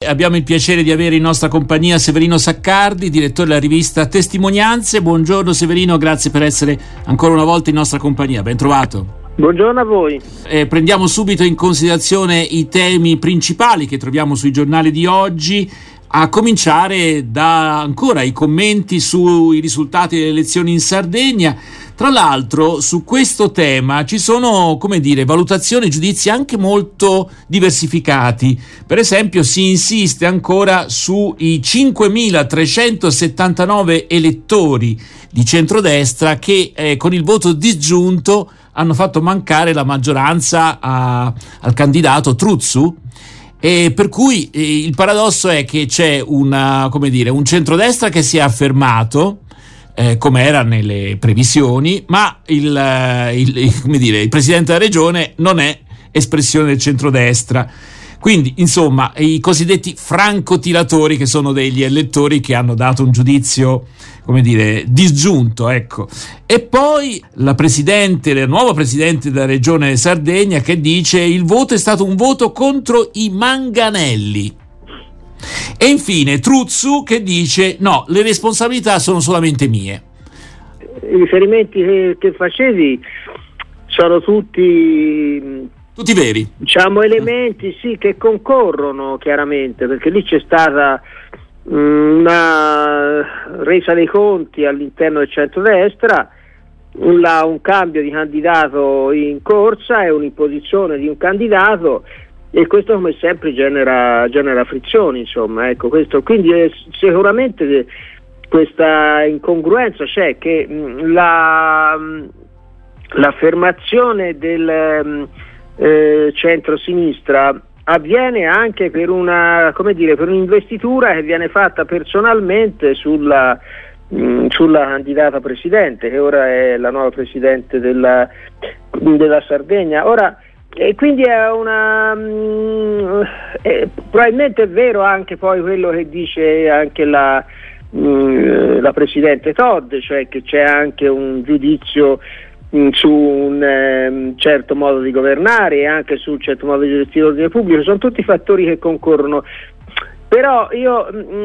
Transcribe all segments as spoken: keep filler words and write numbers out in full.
abbiamo il piacere di avere in nostra compagnia Severino Saccardi, direttore della rivista Testimonianze. Buongiorno Severino, grazie per essere ancora una volta in nostra compagnia, ben trovato. Buongiorno a voi. Eh, prendiamo subito in considerazione i temi principali che troviamo sui giornali di oggi, a cominciare da ancora i commenti sui risultati delle elezioni in Sardegna. Tra l'altro su questo tema ci sono, come dire, valutazioni e giudizi anche molto diversificati. Per esempio si insiste ancora sui cinquemilatrecentosettantanove elettori di centrodestra che eh, con il voto disgiunto hanno fatto mancare la maggioranza a, al candidato Truzzu, e per cui eh, il paradosso è che c'è una, come dire, un centrodestra che si è affermato eh, come era nelle previsioni, ma il, il, il, come dire, il presidente della regione non è espressione del centrodestra. Quindi, insomma, i cosiddetti francotiratori, che sono degli elettori che hanno dato un giudizio, come dire, disgiunto, ecco. E poi la presidente, la nuova presidente della regione Sardegna, che dice: il voto è stato un voto contro i manganelli. E infine Truzzu, che dice: no, le responsabilità sono solamente mie. I riferimenti che, che facevi sono tutti... Tutti veri. Diciamo elementi sì che concorrono chiaramente, perché lì c'è stata una resa dei conti all'interno del centrodestra, un, un cambio di candidato in corsa e un'imposizione di un candidato, e questo come sempre genera, genera frizioni, insomma, ecco questo. Quindi è, sicuramente questa incongruenza c'è, che la, l'affermazione del Eh, centro-sinistra avviene anche per una, come dire, per un'investitura che viene fatta personalmente sulla, mh, sulla candidata presidente, che ora è la nuova presidente della, della Sardegna. Ora, e quindi è una mh, è, probabilmente è vero anche poi quello che dice anche la, mh, la presidente Todd, cioè che c'è anche un giudizio su un eh, certo modo di governare e anche su un certo modo di gestire l'ordine pubblico. Sono tutti fattori che concorrono, però io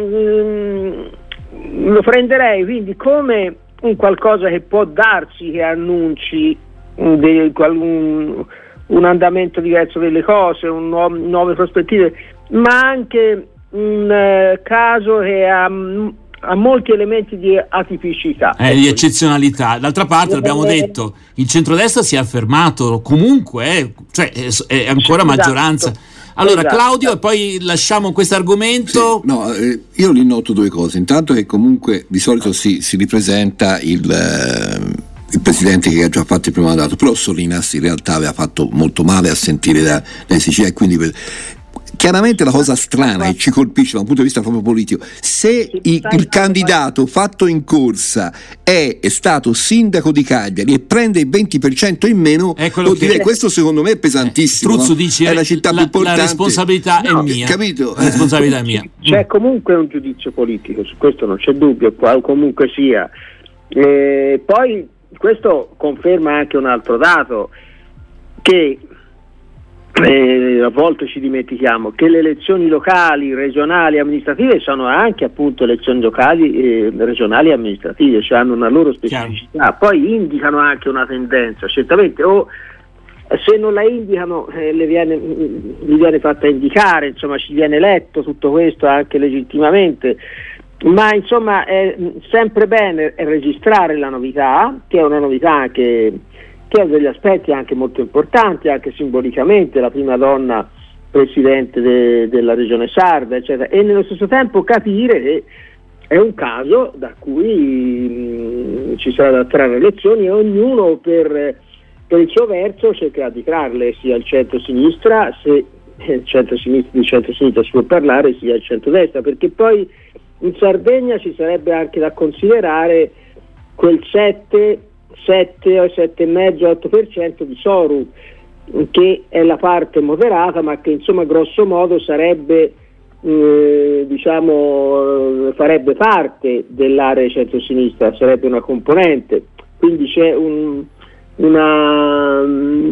mm, lo prenderei quindi come un qualcosa che può darsi, che annunci de, un, un andamento diverso delle cose, un nu- nuove prospettive, ma anche un eh, caso che ha ha molti elementi di atipicità, eh, di eccezionalità. D'altra parte, l'abbiamo detto, il centrodestra si è affermato comunque, eh, cioè è, è ancora esatto. maggioranza. Allora esatto. Claudio, e poi lasciamo questo argomento. Sì, no, eh, io lì noto due cose. Intanto che comunque di solito si, si ripresenta il, eh, il presidente che ha già fatto il primo mandato, però Solinas in realtà aveva fatto molto male a sentire da, da Sicilia, e quindi per, chiaramente la cosa strana e ci colpisce da un punto di vista proprio politico, se il, il candidato fatto in corsa è, è stato sindaco di Cagliari e prende il venti per cento in meno, vuol dire, questo secondo me è pesantissimo. Truzzu no? dice è la città la, più importante, la responsabilità no, è mia, capito? La responsabilità è mia. C'è comunque un giudizio politico, su questo non c'è dubbio, qual comunque sia. E poi questo conferma anche un altro dato, che Eh, a volte ci dimentichiamo che le elezioni locali, regionali, amministrative sono anche appunto elezioni locali, eh, regionali e amministrative, cioè hanno una loro specificità. Chiaro. Poi indicano anche una tendenza, certamente, o se non la indicano eh, le viene, gli viene fatta indicare, insomma ci viene letto tutto questo anche legittimamente, ma insomma è sempre bene registrare la novità, che è una novità che che ha degli aspetti anche molto importanti, anche simbolicamente, la prima donna presidente de, della regione sarda, eccetera, e nello stesso tempo capire che è un caso da cui mh, ci sarà da trarre lezioni, e ognuno per, per il suo verso cercherà di trarle, sia il centro-sinistra, se il centro-sinistra, di centro-sinistra si può parlare, sia il centro-destra, perché poi in Sardegna ci sarebbe anche da considerare quel sette sette o sette e mezzo otto per cento di Soru, che è la parte moderata, ma che insomma grosso modo sarebbe eh, diciamo farebbe parte dell'area centro-sinistra, sarebbe una componente. Quindi c'è un una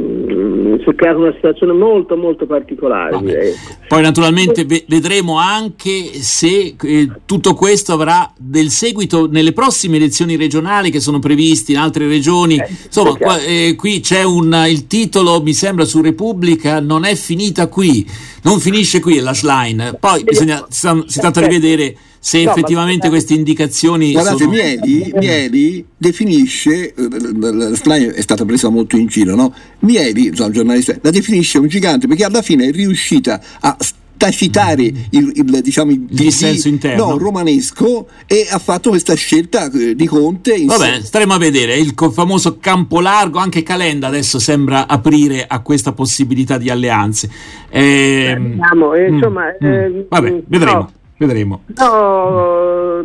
si è creata una situazione molto molto particolare. Direi. Poi naturalmente ve- vedremo anche se eh, tutto questo avrà del seguito nelle prossime elezioni regionali che sono previste in altre regioni. Eh, insomma qua, eh, qui c'è un il titolo, mi sembra, su Repubblica: non è finita qui, non finisce qui la line. Poi bisogna, si, si tratta di vedere se no, effettivamente ma... queste indicazioni guardate, sono... Mieli, Mieli definisce, la slide è stata presa molto in giro, no? Mieli, insomma, un giornalista, la definisce un gigante perché alla fine è riuscita a tacitare il, il, diciamo, il dissenso interno, no, romanesco, e ha fatto questa scelta di Conte. In Vabbè, staremo a vedere. Il famoso campo largo, anche Calenda adesso sembra aprire a questa possibilità di alleanze. Eh, Beh, diciamo, eh, insomma, mm, eh, vabbè, vedremo. No. Vedremo. No,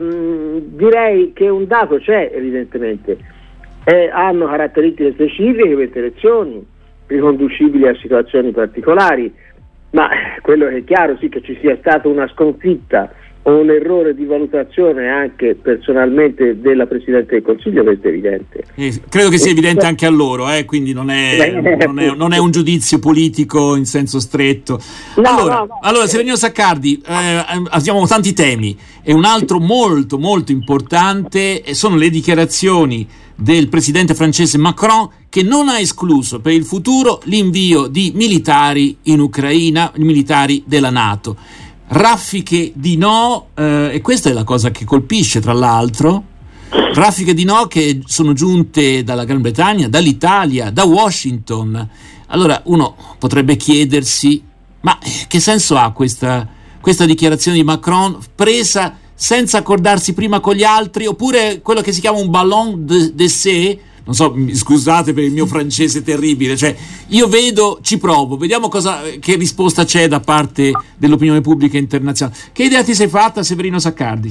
direi che un dato c'è, evidentemente. Eh, hanno caratteristiche specifiche queste elezioni, riconducibili a situazioni particolari, ma quello che è chiaro, sì, che ci sia stata una sconfitta o un errore di valutazione anche personalmente della Presidente del Consiglio, questo è evidente. Eh, credo che sia evidente anche a loro, eh, quindi non è, non, è, non è un giudizio politico in senso stretto. No, allora, no, no. allora Severino Saccardi, eh, abbiamo tanti temi, e un altro molto molto importante sono le dichiarazioni del presidente francese Macron, che non ha escluso per il futuro l'invio di militari in Ucraina, militari della NATO. Raffiche di no, eh, e questa è la cosa che colpisce, tra l'altro, raffiche di no che sono giunte dalla Gran Bretagna, dall'Italia, da Washington. Allora uno potrebbe chiedersi, ma che senso ha questa, questa dichiarazione di Macron presa senza accordarsi prima con gli altri, oppure quello che si chiama un ballon d'essai? Non so, scusate per il mio francese terribile, cioè io vedo, ci provo, vediamo cosa, che risposta c'è da parte dell'opinione pubblica internazionale. Che idea ti sei fatta, Severino Saccardi?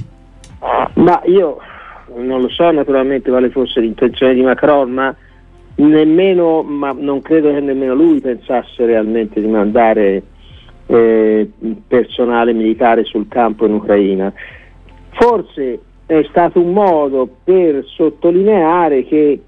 Ma io non lo so naturalmente quale fosse l'intenzione di Macron, ma nemmeno, ma non credo che nemmeno lui pensasse realmente di mandare eh, personale militare sul campo in Ucraina. Forse è stato un modo per sottolineare che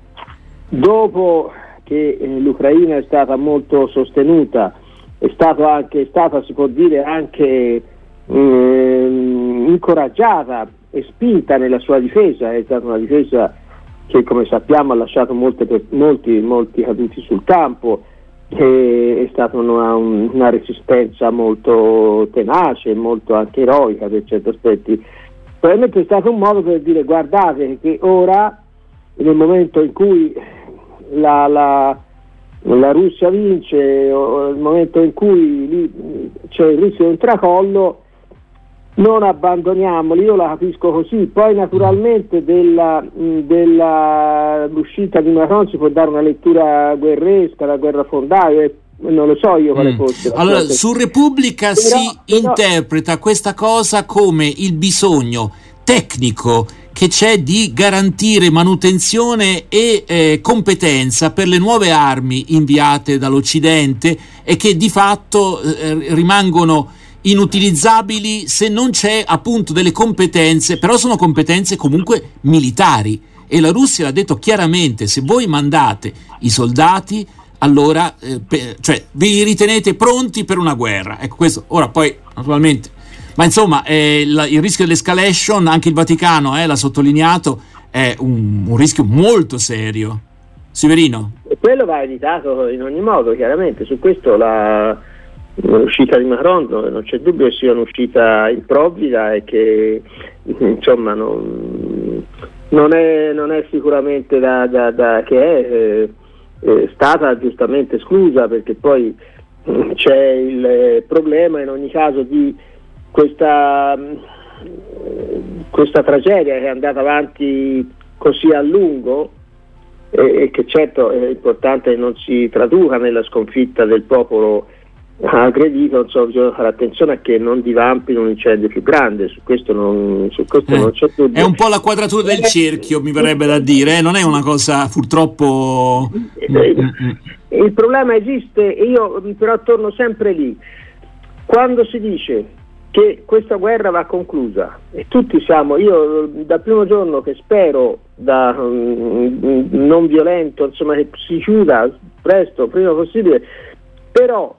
dopo che eh, l'Ucraina è stata molto sostenuta, è stato anche, è stata, si può dire, anche eh, incoraggiata e spinta nella sua difesa, è stata una difesa che, come sappiamo, ha lasciato molte, molti, molti caduti sul campo, e è stata una, una resistenza molto tenace, molto anche eroica per certi aspetti. Probabilmente è stato un modo per dire: guardate che ora, nel momento in cui la, la, la Russia vince, o nel momento in cui lì c'è il rischio di un tracollo, non abbandoniamoli. Io la capisco così. Poi naturalmente della, della l'uscita di Macron si può dare una lettura guerresca, la guerra fondaio, non lo so io quale fosse. Allora, su Repubblica però, si però... interpreta questa cosa come il bisogno tecnico che c'è di garantire manutenzione e eh, competenza per le nuove armi inviate dall'Occidente, e che di fatto eh, rimangono inutilizzabili se non c'è appunto delle competenze, però sono competenze comunque militari, e la Russia l'ha detto chiaramente: se voi mandate i soldati, allora eh, per, cioè vi ritenete pronti per una guerra. Ecco, questo ora poi naturalmente, ma insomma eh, la, il rischio dell'escalation, anche il Vaticano eh, l'ha sottolineato, è un, un rischio molto serio. Severino? E quello va evitato in ogni modo, chiaramente. Su questo la, l'uscita di Macron non c'è dubbio che sia un'uscita improvvida e che insomma non, non, è, non è sicuramente da, da, da che è eh, è stata giustamente esclusa, perché poi mh, c'è il eh, problema in ogni caso di questa, mh, questa tragedia che è andata avanti così a lungo, e, e che certo è importante che non si traduca nella sconfitta del popolo aggredito. Insomma, bisogna fare attenzione a che non divampi in un incendio più grande. Su questo non, su questo eh, non c'è dubbio. È un po' la quadratura del cerchio, mi verrebbe da dire, eh? Non è una cosa purtroppo. Il problema esiste, e io però torno sempre lì. Quando si dice che questa guerra va conclusa, e tutti siamo, io dal primo giorno che spero da um, non violento, insomma, che si chiuda presto, prima possibile, però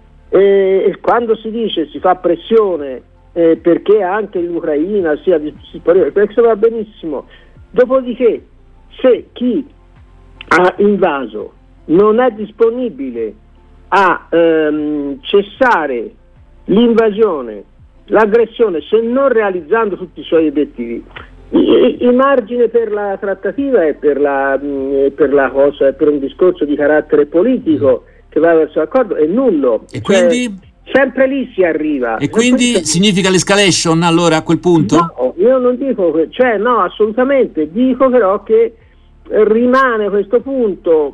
eh, quando si dice si fa pressione eh, perché anche l'Ucraina sia disponibile, questo va benissimo, dopodiché se chi ha invaso non è disponibile a ehm, cessare l'invasione, l'aggressione, se non realizzando tutti i suoi obiettivi, il margine per la trattativa e per la, per la cosa, per un discorso di carattere politico che va verso l'accordo è nullo. E quindi? Cioè, sempre lì si arriva. E quindi sempre... significa l'escalation allora a quel punto? No, io non dico che, cioè no, assolutamente, dico però che rimane questo punto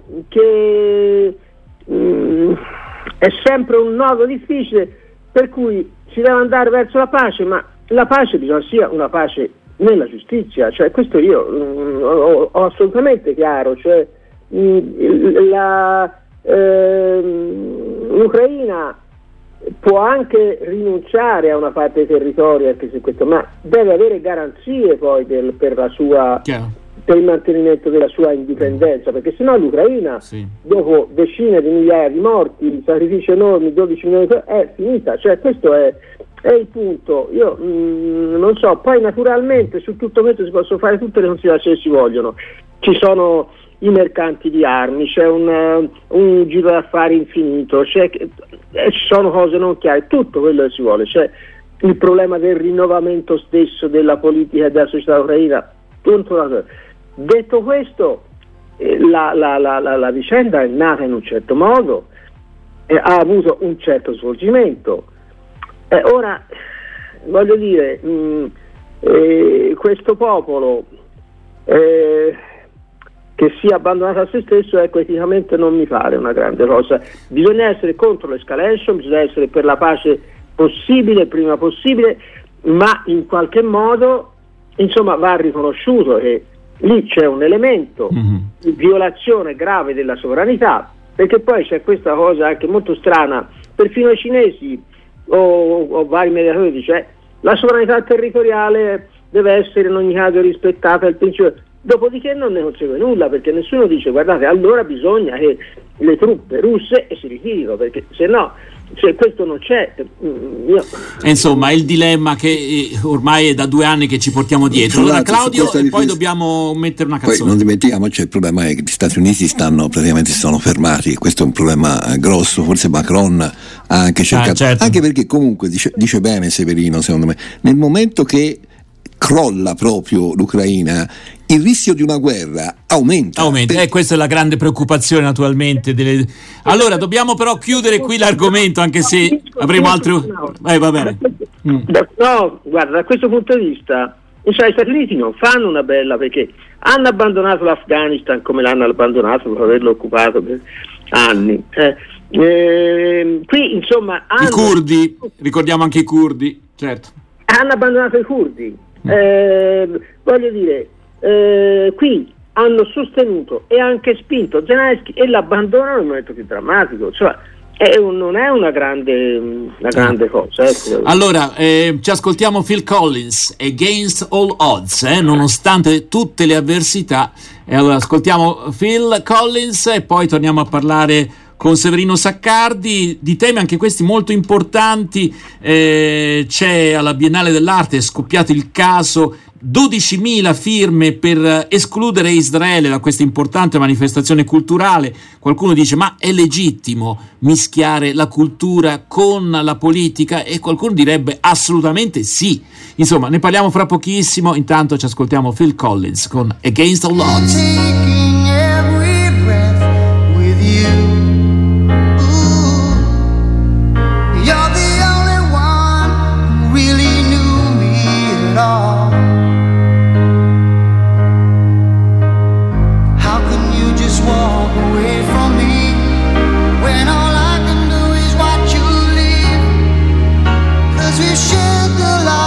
che mh, è sempre un nodo difficile, per cui si deve andare verso la pace, ma la pace bisogna sia una pace nella giustizia, cioè questo io mh, ho, ho assolutamente chiaro, cioè mh, la, eh, l'Ucraina può anche rinunciare a una parte dei territori, anche se questo, ma deve avere garanzie poi del, per la sua Chiaro. per il mantenimento della sua indipendenza, perché sennò l'Ucraina sì. dopo decine di migliaia di morti, sacrifici enormi, dodici milioni di è finita, cioè questo è è il punto. Io mh, non so, poi naturalmente su tutto questo si possono fare tutte le considerazioni che si vogliono, ci sono i mercanti di armi, c'è un, uh, un giro d'affari infinito, c'è, eh, ci sono cose non chiare, tutto quello che si vuole, c'è il problema del rinnovamento stesso della politica e della società ucraina, tutto la... Detto questo, eh, la, la, la, la, la vicenda è nata in un certo modo, eh, ha avuto un certo svolgimento. Eh, ora, voglio dire, mh, eh, questo popolo eh, che sia abbandonato a se stesso, ecco, eticamente non mi pare una grande cosa. Bisogna essere contro l'escalation, bisogna essere per la pace possibile, prima possibile, ma in qualche modo, insomma, va riconosciuto che lì c'è un elemento mm-hmm. di violazione grave della sovranità, perché poi c'è questa cosa anche molto strana, perfino i cinesi o, o vari mediatori dice eh, la sovranità territoriale deve essere in ogni caso rispettata, il principio, dopodiché non ne consegue nulla, perché nessuno dice guardate allora bisogna che le truppe russe si ritirino, perché se no, se questo non c'è io... insomma è il dilemma che ormai è da due anni che ci portiamo dietro. Allora Claudio, e poi dobbiamo mettere una canzone. Poi non dimentichiamo, c'è il problema è che gli Stati Uniti stanno praticamente si sono fermati, questo è un problema grosso, forse Macron ha anche cercato, ah, certo. anche perché comunque dice, dice bene Severino secondo me, nel momento che crolla proprio l'Ucraina il rischio di una guerra aumenta. Aumenta, per... eh, questa è la grande preoccupazione naturalmente. Delle... Allora dobbiamo però chiudere qui l'argomento, anche se avremo altri... Eh, va bene. Mm. No, guarda, da questo punto di vista cioè, gli Stati Uniti non fanno una bella, perché hanno abbandonato l'Afghanistan come l'hanno abbandonato per averlo occupato per anni. Eh, eh, qui insomma hanno... I curdi, ricordiamo anche i curdi, certo. Hanno abbandonato i curdi. Eh, voglio dire, eh, qui hanno sostenuto e anche spinto Zelensky e l'abbandonano nel momento più drammatico, cioè è un, non è una grande, una grande cosa. Ecco. Allora eh, ci ascoltiamo Phil Collins, Against All Odds, eh, nonostante tutte le avversità. E allora ascoltiamo Phil Collins e poi torniamo a parlare con Severino Saccardi di temi anche questi molto importanti. Eh, c'è alla Biennale dell'Arte, è scoppiato il caso, dodicimila firme per escludere Israele da questa importante manifestazione culturale. Qualcuno dice ma è legittimo mischiare la cultura con la politica, e qualcuno direbbe assolutamente sì. Insomma, ne parliamo fra pochissimo, intanto ci ascoltiamo Phil Collins con Against All Odds.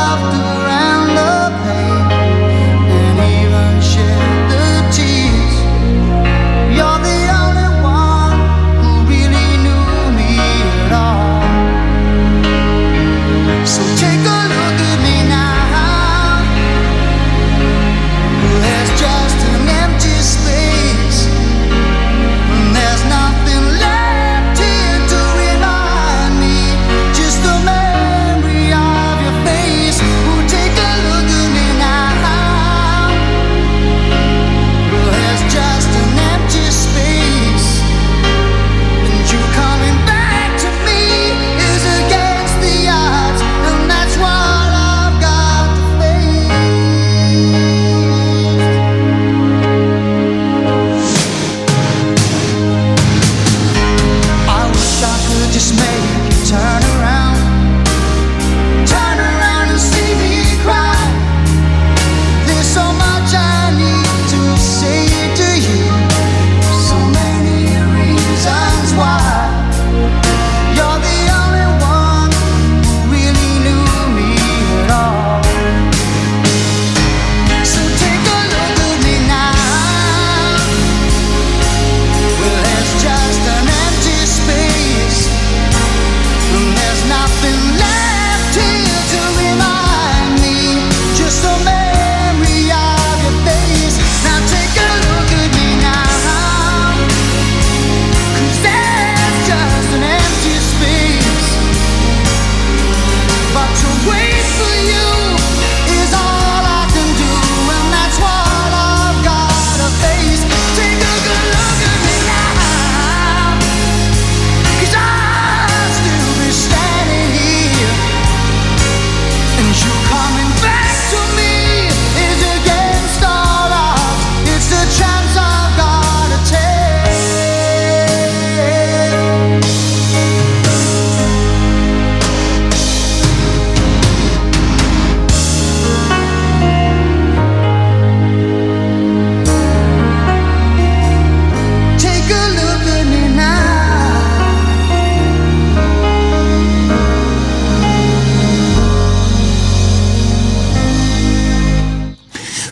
Laughter and the pain, and even shed the tears.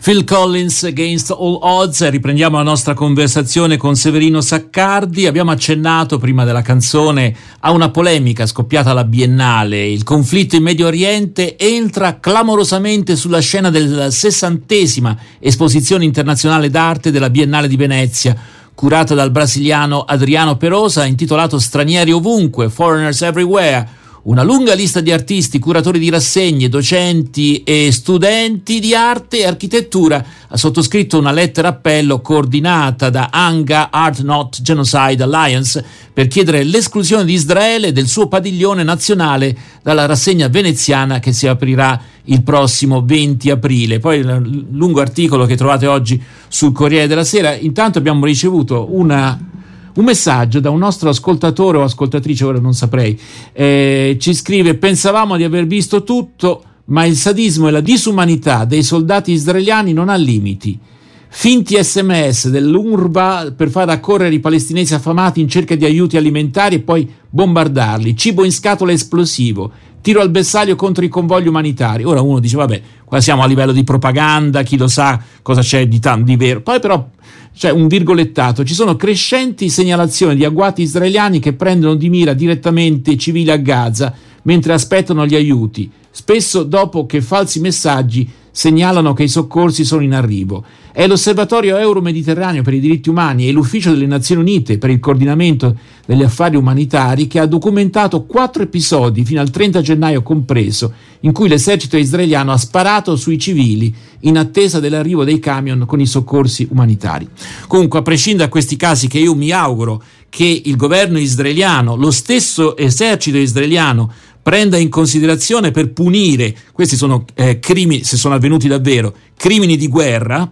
Phil Collins, Against All Odds. Riprendiamo la nostra conversazione con Severino Saccardi. Abbiamo accennato prima della canzone a una polemica scoppiata alla Biennale. Il conflitto in Medio Oriente entra clamorosamente sulla scena della sessantesima esposizione internazionale d'arte della Biennale di Venezia, curata dal brasiliano Adriano Perosa, intitolato Stranieri ovunque, Foreigners Everywhere. Una lunga lista di artisti, curatori di rassegne, docenti e studenti di arte e architettura ha sottoscritto una lettera appello coordinata da Anga Art Not Genocide Alliance per chiedere l'esclusione di Israele e del suo padiglione nazionale dalla rassegna veneziana che si aprirà il prossimo venti aprile. Poi il lungo articolo che trovate oggi sul Corriere della Sera. Intanto abbiamo ricevuto una un messaggio da un nostro ascoltatore o ascoltatrice, ora non saprei, eh, ci scrive: pensavamo di aver visto tutto, ma il sadismo e la disumanità dei soldati israeliani non ha limiti. Finti sms dell'UNRWA per far accorrere i palestinesi affamati in cerca di aiuti alimentari e poi bombardarli, cibo in scatola esplosivo, tiro al bersaglio contro i convogli umanitari. Ora uno dice vabbè, qua siamo a livello di propaganda, chi lo sa cosa c'è di, t- di vero. Poi però c'è un virgolettato: ci sono crescenti segnalazioni di agguati israeliani che prendono di mira direttamente i civili a Gaza mentre aspettano gli aiuti, spesso dopo che falsi messaggi segnalano che i soccorsi sono in arrivo. È l'Osservatorio Euro-Mediterraneo per i diritti umani e l'Ufficio delle Nazioni Unite per il coordinamento degli affari umanitari che ha documentato quattro episodi fino al trenta gennaio compreso, in cui l'esercito israeliano ha sparato sui civili in attesa dell'arrivo dei camion con i soccorsi umanitari. Comunque, a prescindere da questi casi, che io mi auguro che il governo israeliano, lo stesso esercito israeliano, prenda in considerazione per punire, questi sono eh, crimini, se sono avvenuti davvero, crimini di guerra.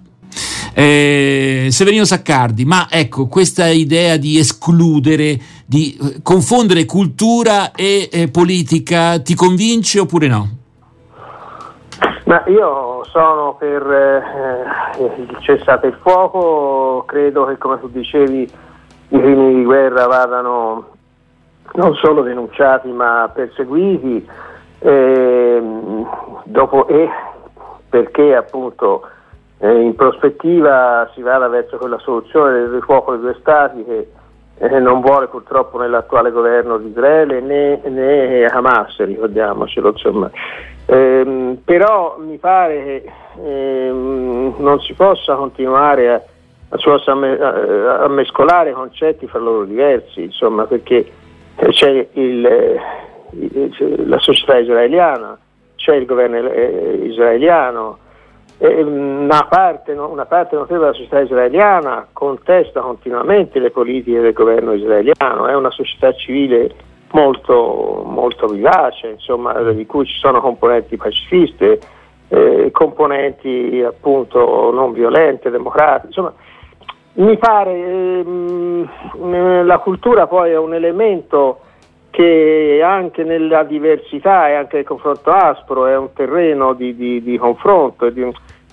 eh, Severino Saccardi, ma ecco, questa idea di escludere, di eh, confondere cultura e eh, politica, ti convince oppure no? Ma io sono per eh, il cessate il fuoco, credo che, come tu dicevi, i crimini di guerra vadano non solo denunciati ma perseguiti, eh, dopo, e perché appunto eh, in prospettiva si vada verso quella soluzione del fuoco dei due stati che eh, non vuole purtroppo nell'attuale governo di Israele né, né Hamas, ricordiamocelo, insomma. Eh, però mi pare che eh, non si possa continuare a, a, a, a mescolare concetti fra loro diversi, insomma, perché c'è il, il, la società israeliana, c'è il governo israeliano, e una parte, una parte notevole della società israeliana contesta continuamente le politiche del governo israeliano, è una società civile molto, molto vivace, insomma, di cui ci sono componenti pacifiste, eh, componenti appunto non violente, democratiche, insomma. Mi pare ehm, la cultura poi è un elemento che anche nella diversità e anche nel confronto aspro è un terreno di, di, di confronto. Di,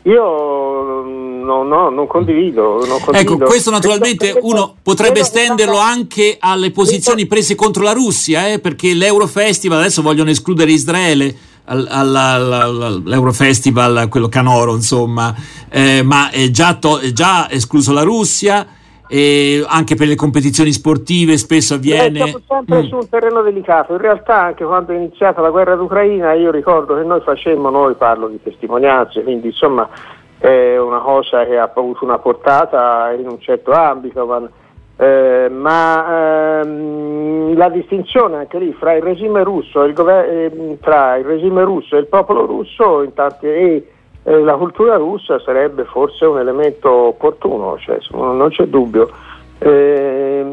io no, no, non condivido, non condivido. Ecco, questo naturalmente uno potrebbe estenderlo anche alle posizioni prese contro la Russia, eh, perché l'Eurofestival adesso vogliono escludere Israele all'Eurofestival, quello canoro, insomma, eh, ma è già, to- è già escluso la Russia, e anche per le competizioni sportive spesso avviene. Eh, siamo sempre mm. su un terreno delicato. In realtà anche quando è iniziata la guerra d'Ucraina io ricordo che noi facemmo, noi parlo di testimonianze, quindi insomma è una cosa che ha avuto una portata in un certo ambito, ma Eh, ma ehm, la distinzione anche lì fra il regime russo e il, gover- eh, tra il regime russo e il popolo russo intanto, e eh, la cultura russa sarebbe forse un elemento opportuno, cioè, non c'è dubbio. Eh,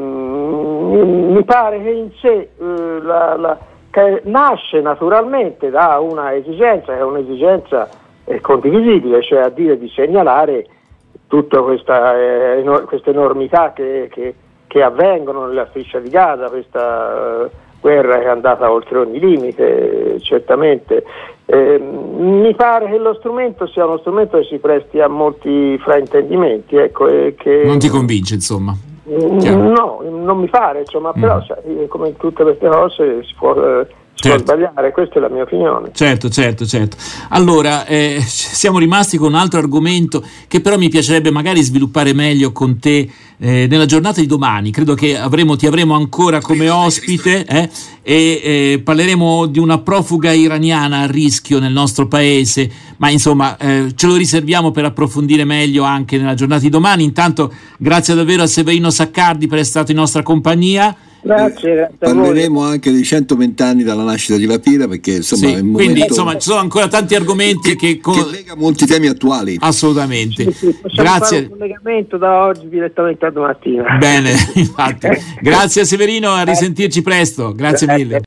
mi pare che in sé eh, la, la, che nasce naturalmente da una esigenza, che è un'esigenza eh, condivisibile, cioè a dire di segnalare tutta questa, eh, queste enormità che, che, che avvengono nella striscia di Gaza, questa uh, guerra che è andata oltre ogni limite, eh, certamente. Eh, mi pare che lo strumento sia uno strumento che si presti a molti fraintendimenti. Ecco, e che, non ti convince, insomma? Mh, no, non mi pare, insomma, mm. però sai, come in tutte queste cose si può, eh, Certo. Può sbagliare, questa è la mia opinione. Certo, certo, certo. Allora, eh, siamo rimasti con un altro argomento che però mi piacerebbe magari sviluppare meglio con te eh, nella giornata di domani. Credo che avremo, ti avremo ancora come ospite eh, e eh, parleremo di una profuga iraniana a rischio nel nostro paese, ma insomma eh, ce lo riserviamo per approfondire meglio anche nella giornata di domani. Intanto grazie davvero a Severino Saccardi per essere stato in nostra compagnia. Grazie, grazie. Parleremo anche dei centoventi anni dalla nascita di La Pira, perché insomma sì, è un quindi momento insomma ci sono ancora tanti argomenti che, che, con... che lega molti temi attuali. Assolutamente. Sì, sì, grazie. Fare un collegamento da oggi direttamente a domattina. Bene, infatti. Grazie Severino, a risentirci presto. Grazie mille.